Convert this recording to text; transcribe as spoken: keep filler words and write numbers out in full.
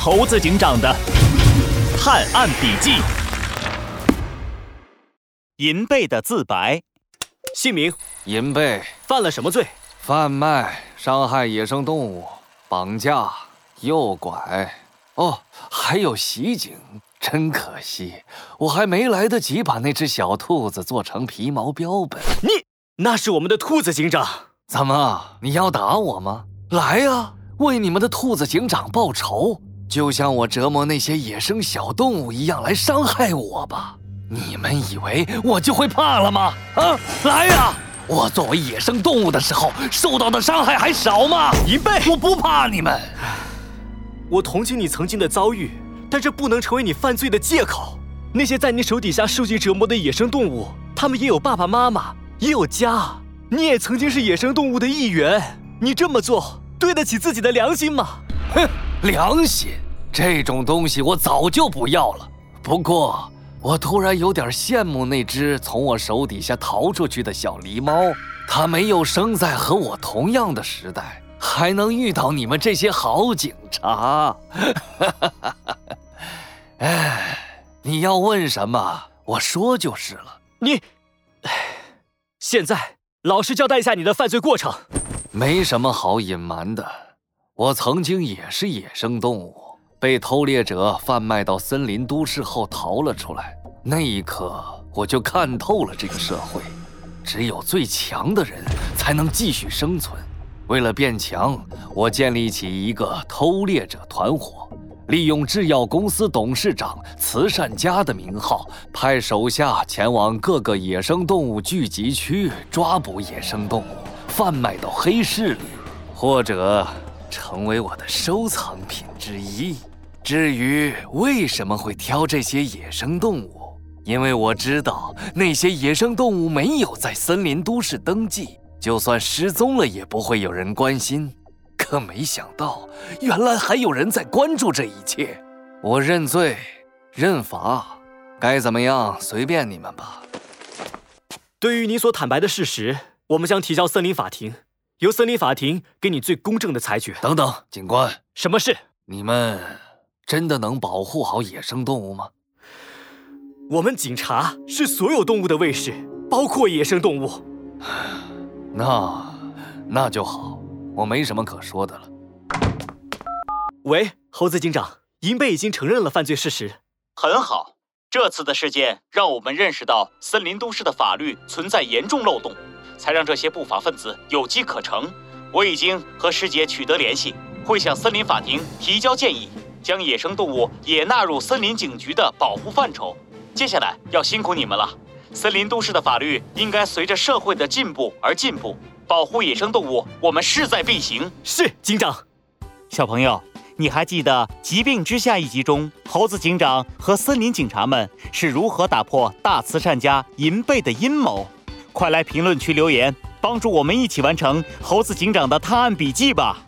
猴子警长的探案笔记。银贝的自白。 姓名： 银贝。 犯了什么罪？ 贩卖、伤害野生动物、绑架、诱拐。哦，还有袭警。真可惜，我还没来得及把那只小兔子做成皮毛标本。 你，那是我们的兔子警长。 怎么，你要打我吗？来呀，为你们的兔子警长报仇，就像我折磨那些野生小动物一样来伤害我吧。你们以为我就会怕了吗？啊，来呀！我作为野生动物的时候受到的伤害还少吗？ 银贝， 我不怕你们。 我同情你曾经的遭遇，但这不能成为你犯罪的借口。那些在你手底下受尽折磨的野生动物，他们也有爸爸妈妈，也有家。你也曾经是野生动物的一员，你这么做对得起自己的良心吗？ 哼，良心这种东西我早就不要了。不过我突然有点羡慕那只从我手底下逃出去的小狸猫，它没有生在和我同样的时代，还能遇到你们这些好警察。哎，你要问什么，我说就是了。 你，现在老实交代一下你的犯罪过程。 没什么好隐瞒的，我曾经也是野生动物，被偷猎者贩卖到森林都市后逃了出来。那一刻，我就看透了这个社会，只有最强的人才能继续生存。为了变强，我建立起一个偷猎者团伙，利用制药公司董事长慈善家的名号，派手下前往各个野生动物聚集区抓捕野生动物，贩卖到黑市里，或者成为我的收藏品之一。至于为什么会挑这些野生动物，因为我知道那些野生动物没有在森林都市登记，就算失踪了也不会有人关心。可没想到，原来还有人在关注这一切。我认罪，认罚，该怎么样随便你们吧。 对于你所坦白的事实，我们将提交森林法庭，由森林法庭给你最公正的裁决。 等等，警官， 什么事？ 你们真的能保护好野生动物吗？ 我们警察是所有动物的卫士，包括野生动物。 那那就好，我没什么可说的了。 喂，猴子警长，银贝已经承认了犯罪事实。 很好，这次的事件让我们认识到森林都市的法律存在严重漏洞，才让这些不法分子有机可乘。我已经和师姐取得联系，会向森林法庭提交建议，将野生动物也纳入森林警局的保护范畴。接下来要辛苦你们了，森林都市的法律应该随着社会的进步而进步，保护野生动物我们势在必行。 是，警长。 小朋友，你还记得《疾病之下》一集中，猴子警长和森林警察们是如何打破大慈善家银贝的阴谋？快来评论区留言，帮助我们一起完成猴子警长的探案笔记吧。